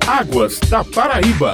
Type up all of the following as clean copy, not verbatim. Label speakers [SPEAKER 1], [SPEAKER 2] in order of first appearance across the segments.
[SPEAKER 1] Águas da Paraíba.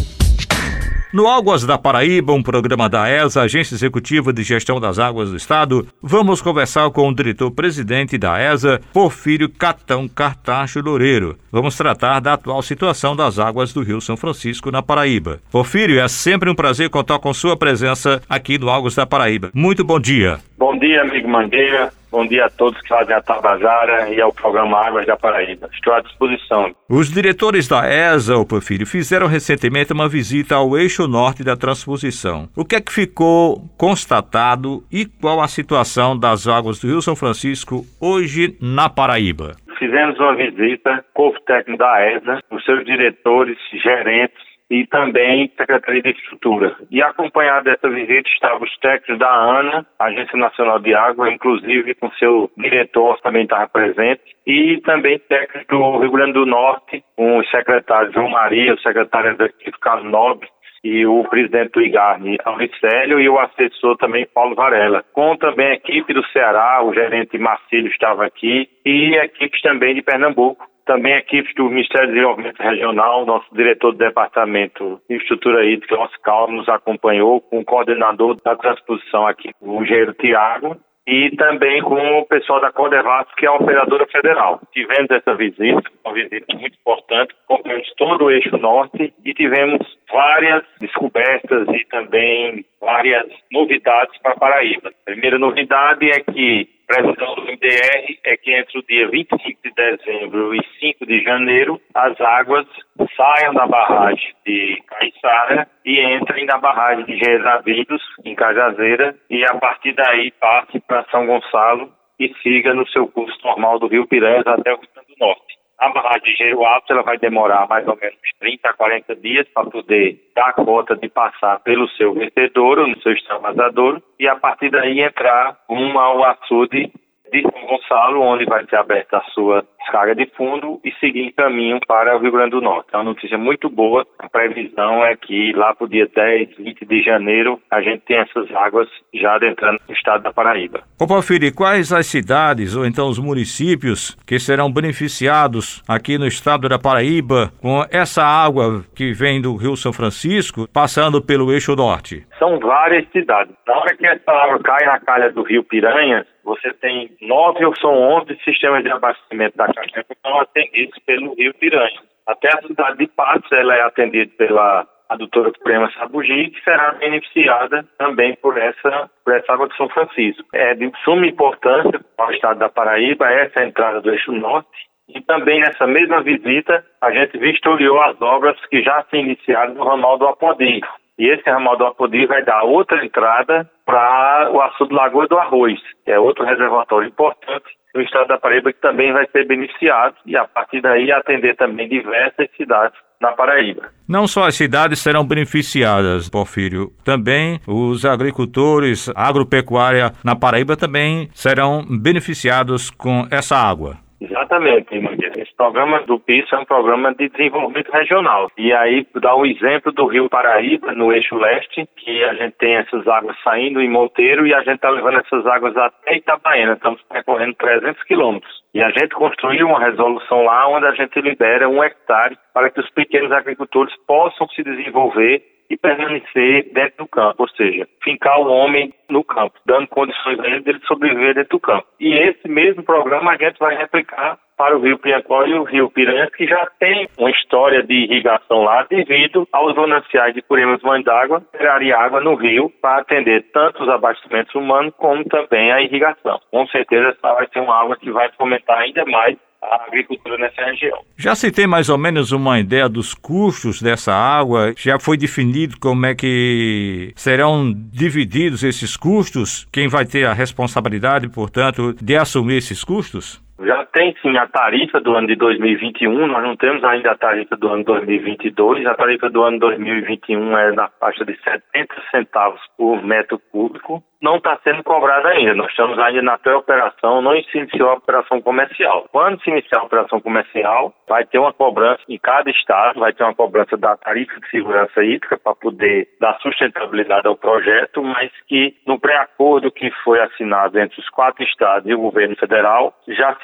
[SPEAKER 2] No Águas da Paraíba, um programa da ESA, Agência Executiva de Gestão das Águas do Estado, vamos conversar com o diretor-presidente da ESA, Porfírio Catão Cartacho Loureiro. Vamos tratar da atual situação das águas do Rio São Francisco, na Paraíba. Porfírio, é sempre um prazer contar com sua presença aqui no Águas da Paraíba. Muito bom dia.
[SPEAKER 3] Bom dia, amigo Mangueira. Bom dia a todos que fazem a Tabajara e ao programa Águas da Paraíba. Estou à disposição.
[SPEAKER 2] Os diretores da ESA, Porfírio, fizeram recentemente uma visita ao eixo norte da transposição. O que é que ficou constatado e qual a situação das águas do Rio São Francisco hoje na Paraíba?
[SPEAKER 3] Fizemos uma visita, corpo técnico da ESA, os seus diretores, gerentes, e também Secretaria de Infraestrutura. E acompanhado dessa visita estavam os técnicos da ANA, Agência Nacional de Água, inclusive com seu diretor também estava presente, e também técnicos do Rio Grande do Norte, com os secretários João Maria, o secretário executivo Carlos Nobre, e o presidente do IGARNE, Auricélio, e o assessor também, Paulo Varela. Com também a equipe do Ceará, o gerente Marcílio estava aqui, e equipes também de Pernambuco. Também equipes do Ministério do Desenvolvimento Regional, nosso diretor do Departamento de Infraestrutura Hídrica, Oscar, nos acompanhou, com o coordenador da transposição aqui, o engenheiro Tiago, e também com o pessoal da Codevasf, que é a operadora federal. Tivemos essa visita, uma visita muito importante, acompanhamos todo o eixo norte e tivemos várias descobertas e também várias novidades para a Paraíba. A primeira novidade é que a previsão do MDR é que entre o dia 25 de dezembro e 5 de janeiro, as águas saiam da barragem de Caiçara e entrem na barragem de Gesavidos, em Cajazeira, e a partir daí passe para São Gonçalo e siga no seu curso normal do Rio Piranhas até o Rio Grande do Norte. A barragem de Engenheiro Alto ela vai demorar mais ou menos 30 a 40 dias para poder dar conta de passar pelo seu vertedouro, no seu extravasadouro, e a partir daí entrar rumo ao açude de São Gonçalo, onde vai ser aberta a sua descarga de fundo e seguir em caminho para o Rio Grande do Norte. É uma notícia muito boa. A previsão é que lá para o dia 10, 20 de janeiro, a gente tem essas águas já adentrando no estado da Paraíba.
[SPEAKER 2] Ô Porfírio, quais as cidades ou então os municípios que serão beneficiados aqui no estado da Paraíba com essa água que vem do Rio São Francisco passando pelo eixo norte?
[SPEAKER 3] São várias cidades. Na hora que essa água cai na calha do Rio Piranhas, você tem 9 ou são 11 sistemas de abastecimento da Caixa que são atendidos pelo Rio Piranhas. Até a cidade de Patos, ela é atendida pela adutora Suprema Sabugi, que será beneficiada também por essa água de São Francisco. É de suma importância para o estado da Paraíba essa entrada do eixo norte. E também nessa mesma visita, a gente vistoriou as obras que já se iniciaram no ramal do Apodi. E esse ramal do Apodi vai dar outra entrada para o açude Lagoa do Arroz, que é outro reservatório importante no estado da Paraíba que também vai ser beneficiado e a partir daí atender também diversas cidades na Paraíba.
[SPEAKER 2] Não só as cidades serão beneficiadas, Porfírio, também os agricultores, a agropecuária na Paraíba também serão beneficiados com essa água.
[SPEAKER 3] Exatamente, Mangueira. Esse programa do PIS é um programa de desenvolvimento regional. E aí, dá um exemplo do Rio Paraíba, no eixo leste, que a gente tem essas águas saindo em Monteiro e a gente está levando essas águas até Itabaiana. Estamos percorrendo 300 quilômetros. E a gente construiu uma resolução lá onde a gente libera 1 hectare para que os pequenos agricultores possam se desenvolver e permanecer dentro do campo, ou seja, fincar o homem no campo, dando condições a ele dele sobreviver dentro do campo. E esse mesmo programa a gente vai replicar para o Rio Piancó e o Rio Piranhas, que já tem uma história de irrigação lá devido aos mananciais de Purema Mãe d'Água tirarem água no rio para atender tanto os abastecimentos humanos como também a irrigação. Com certeza essa vai ser uma água que vai fomentar ainda mais a agricultura nessa região.
[SPEAKER 2] Já se tem mais ou menos uma ideia dos custos dessa água? Já foi definido como é que serão divididos esses custos? Quem vai ter a responsabilidade, portanto, de assumir esses custos?
[SPEAKER 3] Já tem sim a tarifa do ano de 2021, nós não temos ainda a tarifa do ano 2022, a tarifa do ano 2021 é na faixa de 70 centavos por metro cúbico, não está sendo cobrada ainda, nós estamos ainda na pré-operação, não se iniciou a operação comercial. Quando se iniciar a operação comercial, vai ter uma cobrança em cada estado, vai ter uma cobrança da tarifa de segurança hídrica para poder dar sustentabilidade ao projeto, mas que no pré-acordo que foi assinado entre os 4 estados e o governo federal, já se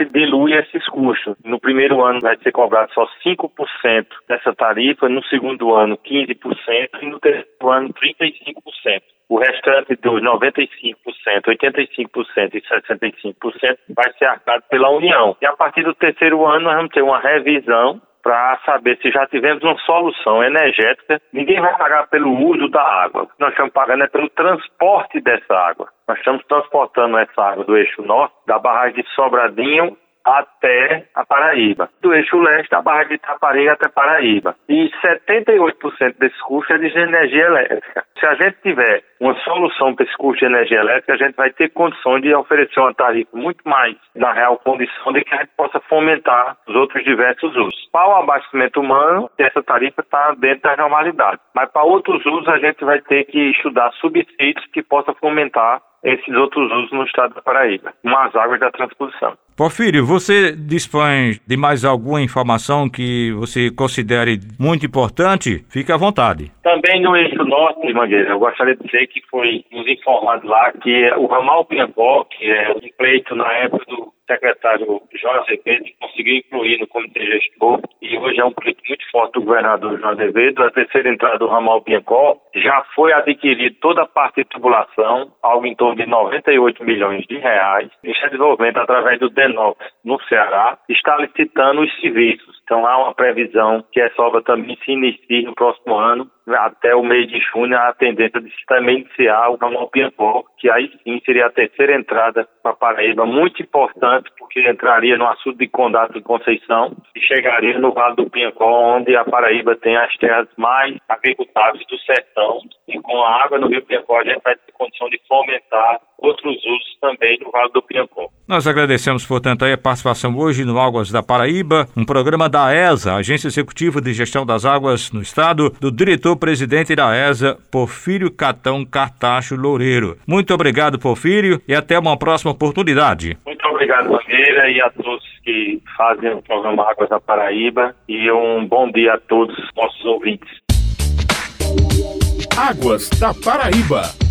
[SPEAKER 3] se dilui esses custos. No primeiro ano vai ser cobrado só 5% dessa tarifa, no segundo ano 15% e no terceiro ano 35%. O restante dos 95%, 85% e 65% vai ser arcado pela União. E a partir do terceiro ano nós vamos ter uma revisão para saber se já tivemos uma solução energética. Ninguém vai pagar pelo uso da água. O que nós estamos pagando é pelo transporte dessa água. Nós estamos transportando essa água do eixo norte, da barragem de Sobradinho até a Paraíba. Do eixo leste, da barragem de Itaparica até Paraíba. E 78% desse custo é de energia elétrica. Se a gente tiver uma solução para esse custo de energia elétrica, a gente vai ter condições de oferecer uma tarifa muito mais na real condição de que a gente possa fomentar os outros diversos usos. Para o abastecimento humano, essa tarifa está dentro da normalidade. Mas para outros usos, a gente vai ter que estudar subsídios que possam fomentar esses outros usos no estado da Paraíba, como as águas da transposição.
[SPEAKER 2] Porfírio, você dispõe de mais alguma informação que você considere muito importante? Fique à vontade.
[SPEAKER 3] Também no eixo norte, Mangueira, eu gostaria de dizer que foi nos informado lá que o ramal Piancó, que é um pleito na época do secretário João Azevedo, conseguiu incluir no comitê gestor, e hoje é um pleito muito forte do governador João Azevedo. A terceira entrada do ramal Piancó já foi adquirida toda a parte de tubulação, algo em torno de 98 milhões de reais. Este desenvolvimento, através do DENOX no Ceará, está licitando os serviços. Então há uma previsão que essa obra também se inicie no próximo ano. Até o mês de junho, a tendência de se também iniciar o ramal Piancó, que aí sim seria a terceira entrada para Paraíba, muito importante, porque entraria no açude de Condado de Conceição e chegaria no Vale do Piancó, onde a Paraíba tem as terras mais agricultáveis do sertão. E com a água no Rio Piancó, a gente vai ter condição de fomentar outros usos também no Vale do Piancó.
[SPEAKER 2] Nós agradecemos, portanto, a participação hoje no Águas da Paraíba, um programa da ESA, Agência Executiva de Gestão das Águas no Estado, do diretor-presidente da ESA, Porfírio Catão Cartacho Loureiro. Muito obrigado, Porfírio, e até uma próxima oportunidade.
[SPEAKER 3] Muito obrigado, Mangueira, e a todos que fazem o programa Águas da Paraíba, e um bom dia a todos os nossos ouvintes.
[SPEAKER 1] Águas da Paraíba.